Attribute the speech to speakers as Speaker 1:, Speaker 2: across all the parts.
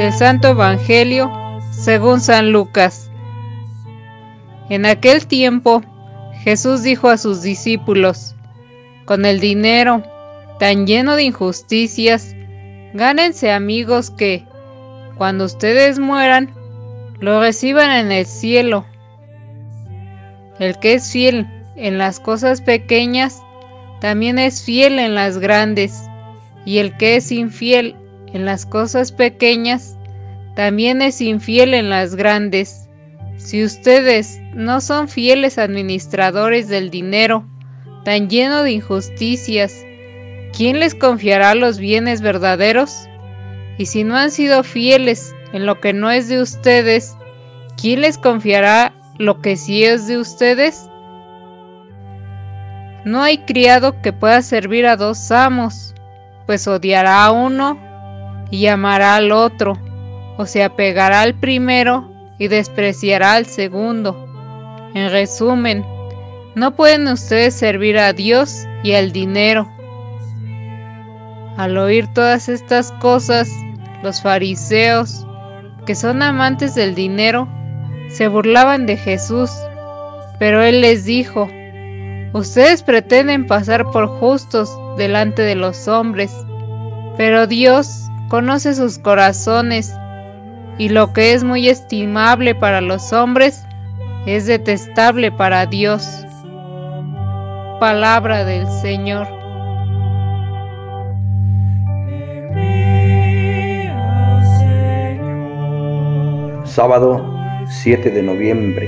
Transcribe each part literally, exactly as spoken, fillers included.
Speaker 1: del Santo Evangelio según San Lucas. En aquel tiempo, Jesús dijo a sus discípulos: con el dinero tan lleno de injusticias, gánense amigos que, cuando ustedes mueran, lo reciban en el cielo. El que es fiel en las cosas pequeñas, también es fiel en las grandes, y el que es infiel en las cosas pequeñas, también es infiel en las grandes. Si ustedes no son fieles administradores del dinero, tan lleno de injusticias, ¿quién les confiará los bienes verdaderos? Y si no han sido fieles en lo que no es de ustedes, ¿quién les confiará lo que sí es de ustedes? No hay criado que pueda servir a dos amos, pues odiará a uno y amará al otro, o se apegará al primero y despreciará al segundo. En resumen, no pueden ustedes servir a Dios y al dinero. Al oír todas estas cosas, los fariseos, que son amantes del dinero, se burlaban de Jesús, pero él les dijo: ustedes pretenden pasar por justos delante de los hombres, pero Dios conoce sus corazones, y lo que es muy estimable para los hombres es detestable para Dios. Palabra del Señor.
Speaker 2: Sábado siete de noviembre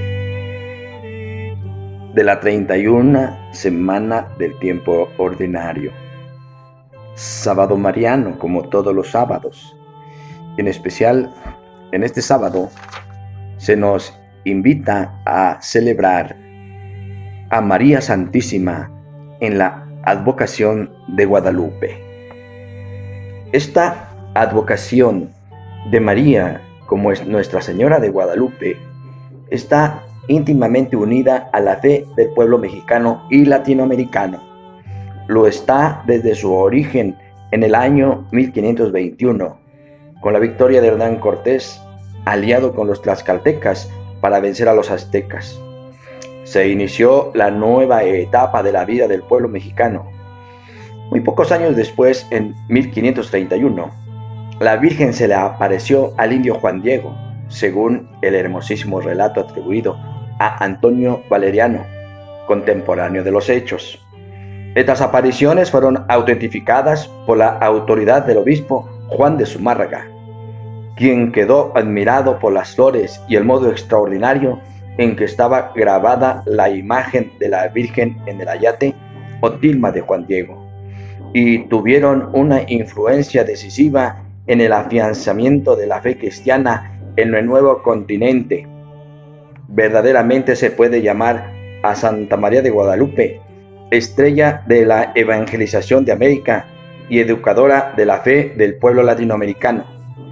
Speaker 2: de la treinta y una semana del tiempo ordinario. Sábado mariano, como todos los sábados. En especial, en este sábado se nos invita a celebrar a María Santísima en la advocación de Guadalupe. Esta advocación de María, como es Nuestra Señora de Guadalupe, está íntimamente unida a la fe del pueblo mexicano y latinoamericano. Lo está desde su origen en el año mil quinientos veintiuno, con la victoria de Hernán Cortés, aliado con los tlaxcaltecas para vencer a los aztecas. Se inició la nueva etapa de la vida del pueblo mexicano. Muy pocos años después, en mil quinientos treinta y uno, la Virgen se le apareció al indio Juan Diego, según el hermosísimo relato atribuido a Antonio Valeriano, contemporáneo de los Hechos. Estas apariciones fueron autentificadas por la autoridad del obispo Juan de Zumárraga, quien quedó admirado por las flores y el modo extraordinario en que estaba grabada la imagen de la Virgen en el ayate o tilma de Juan Diego, y tuvieron una influencia decisiva en el afianzamiento de la fe cristiana en el nuevo continente. Verdaderamente se puede llamar a Santa María de Guadalupe estrella de la evangelización de América y educadora de la fe del pueblo latinoamericano,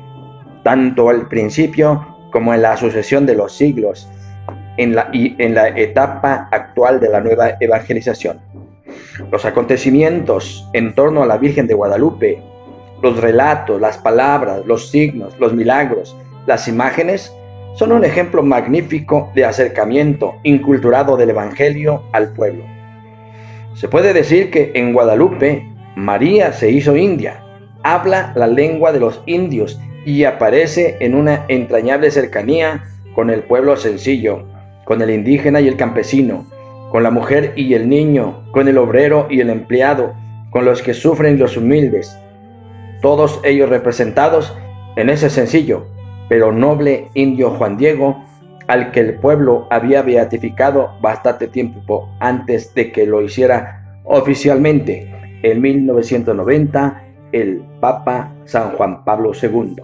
Speaker 2: tanto al principio como en la sucesión de los siglos, en la, y en la etapa actual de la nueva evangelización. Los acontecimientos en torno a la Virgen de Guadalupe, los relatos, las palabras, los signos, los milagros, las imágenes, son un ejemplo magnífico de acercamiento inculturado del Evangelio al pueblo. Se puede decir que en Guadalupe, María se hizo india, habla la lengua de los indios y aparece en una entrañable cercanía con el pueblo sencillo, con el indígena y el campesino, con la mujer y el niño, con el obrero y el empleado, con los que sufren y los humildes, todos ellos representados en ese sencillo pero noble indio Juan Diego, al que el pueblo había beatificado bastante tiempo antes de que lo hiciera oficialmente, en mil novecientos noventa, el Papa San Juan Pablo segundo.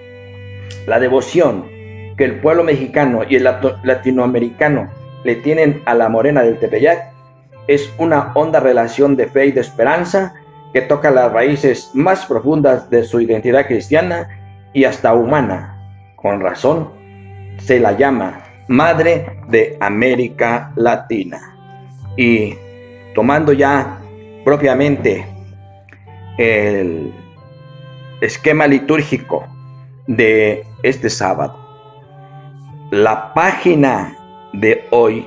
Speaker 2: La devoción que el pueblo mexicano y el latinoamericano le tienen a la Morena del Tepeyac es una honda relación de fe y de esperanza que toca las raíces más profundas de su identidad cristiana y hasta humana. Con razón, se la llama Madre de América Latina. Y tomando ya propiamente el esquema litúrgico de este sábado. La página de hoy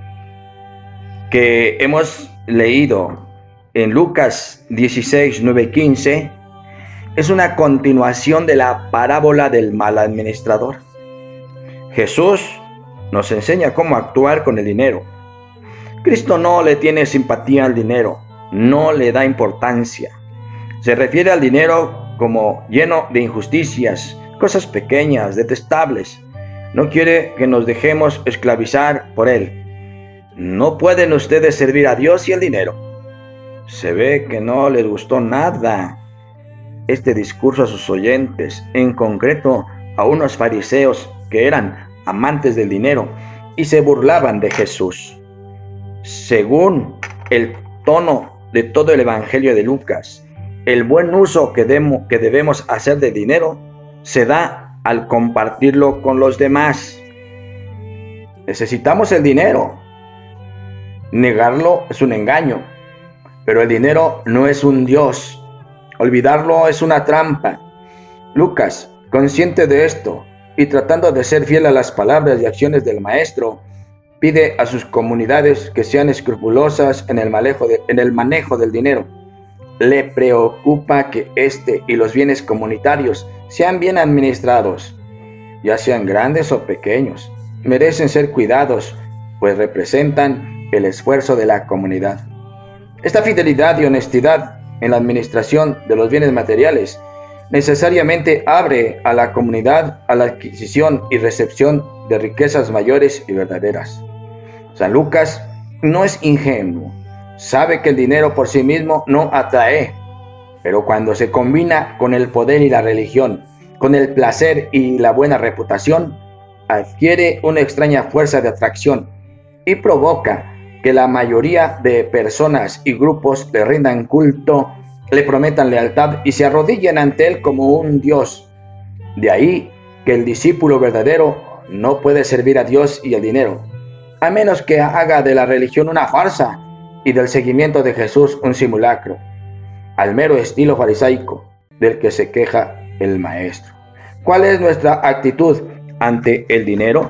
Speaker 2: que hemos leído en Lucas dieciséis, nueve, quince es una continuación de la parábola del mal administrador. Jesús nos enseña cómo actuar con el dinero. Cristo no le tiene simpatía al dinero, no le da importancia. Se refiere al dinero como lleno de injusticias, cosas pequeñas, detestables. No quiere que nos dejemos esclavizar por él. No pueden ustedes servir a Dios y el dinero. Se ve que no les gustó nada este discurso a sus oyentes, en concreto a unos fariseos que eran amantes del dinero y se burlaban de Jesús. Según el tono de todo el Evangelio de Lucas, el buen uso que, demo, que debemos hacer del dinero se da al compartirlo con los demás. Necesitamos el dinero. Negarlo es un engaño, pero el dinero no es un Dios. Olvidarlo es una trampa. Lucas, consciente de esto y tratando de ser fiel a las palabras y acciones del Maestro, pide a sus comunidades que sean escrupulosas en el manejo, de, en el manejo del dinero. Le preocupa que este y los bienes comunitarios sean bien administrados, ya sean grandes o pequeños. Merecen ser cuidados, pues representan el esfuerzo de la comunidad. Esta fidelidad y honestidad en la administración de los bienes materiales necesariamente abre a la comunidad a la adquisición y recepción de riquezas mayores y verdaderas. San Lucas no es ingenuo, sabe que el dinero por sí mismo no atrae, pero cuando se combina con el poder y la religión, con el placer y la buena reputación, adquiere una extraña fuerza de atracción y provoca que la mayoría de personas y grupos le rindan culto, le prometan lealtad y se arrodillen ante él como un Dios. De ahí que el discípulo verdadero no puede servir a Dios y el dinero, a menos que haga de la religión una farsa y del seguimiento de Jesús un simulacro, al mero estilo farisaico del que se queja el Maestro. ¿Cuál es nuestra actitud ante el dinero?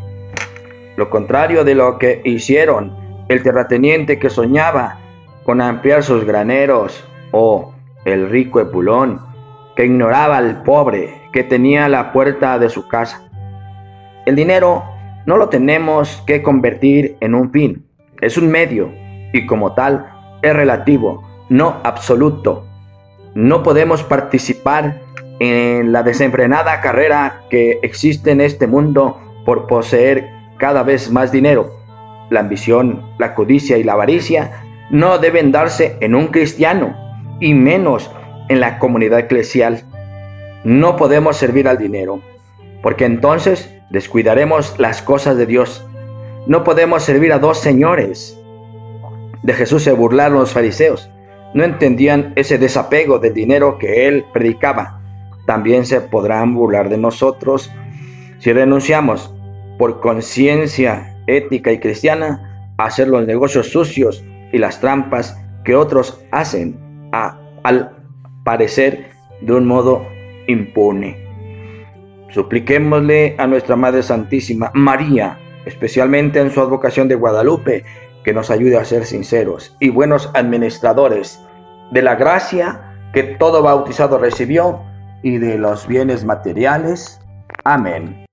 Speaker 2: Lo contrario de lo que hicieron el terrateniente que soñaba con ampliar sus graneros, o el rico Epulón que ignoraba al pobre que tenía la puerta de su casa. El dinero no lo tenemos que convertir en un fin, es un medio y como tal es relativo, no absoluto. No podemos participar en la desenfrenada carrera que existe en este mundo por poseer cada vez más dinero. La ambición, la codicia y la avaricia no deben darse en un cristiano y menos en la comunidad eclesial. No podemos servir al dinero, porque entonces descuidaremos las cosas de Dios. No podemos servir a dos señores. De Jesús se burlaron los fariseos. No entendían ese desapego del dinero que él predicaba. También se podrán burlar de nosotros si renunciamos por conciencia ética y cristiana a hacer los negocios sucios y las trampas que otros hacen a, al parecer de un modo impune. Supliquémosle a nuestra Madre Santísima María, especialmente en su advocación de Guadalupe, que nos ayude a ser sinceros y buenos administradores de la gracia que todo bautizado recibió y de los bienes materiales. Amén.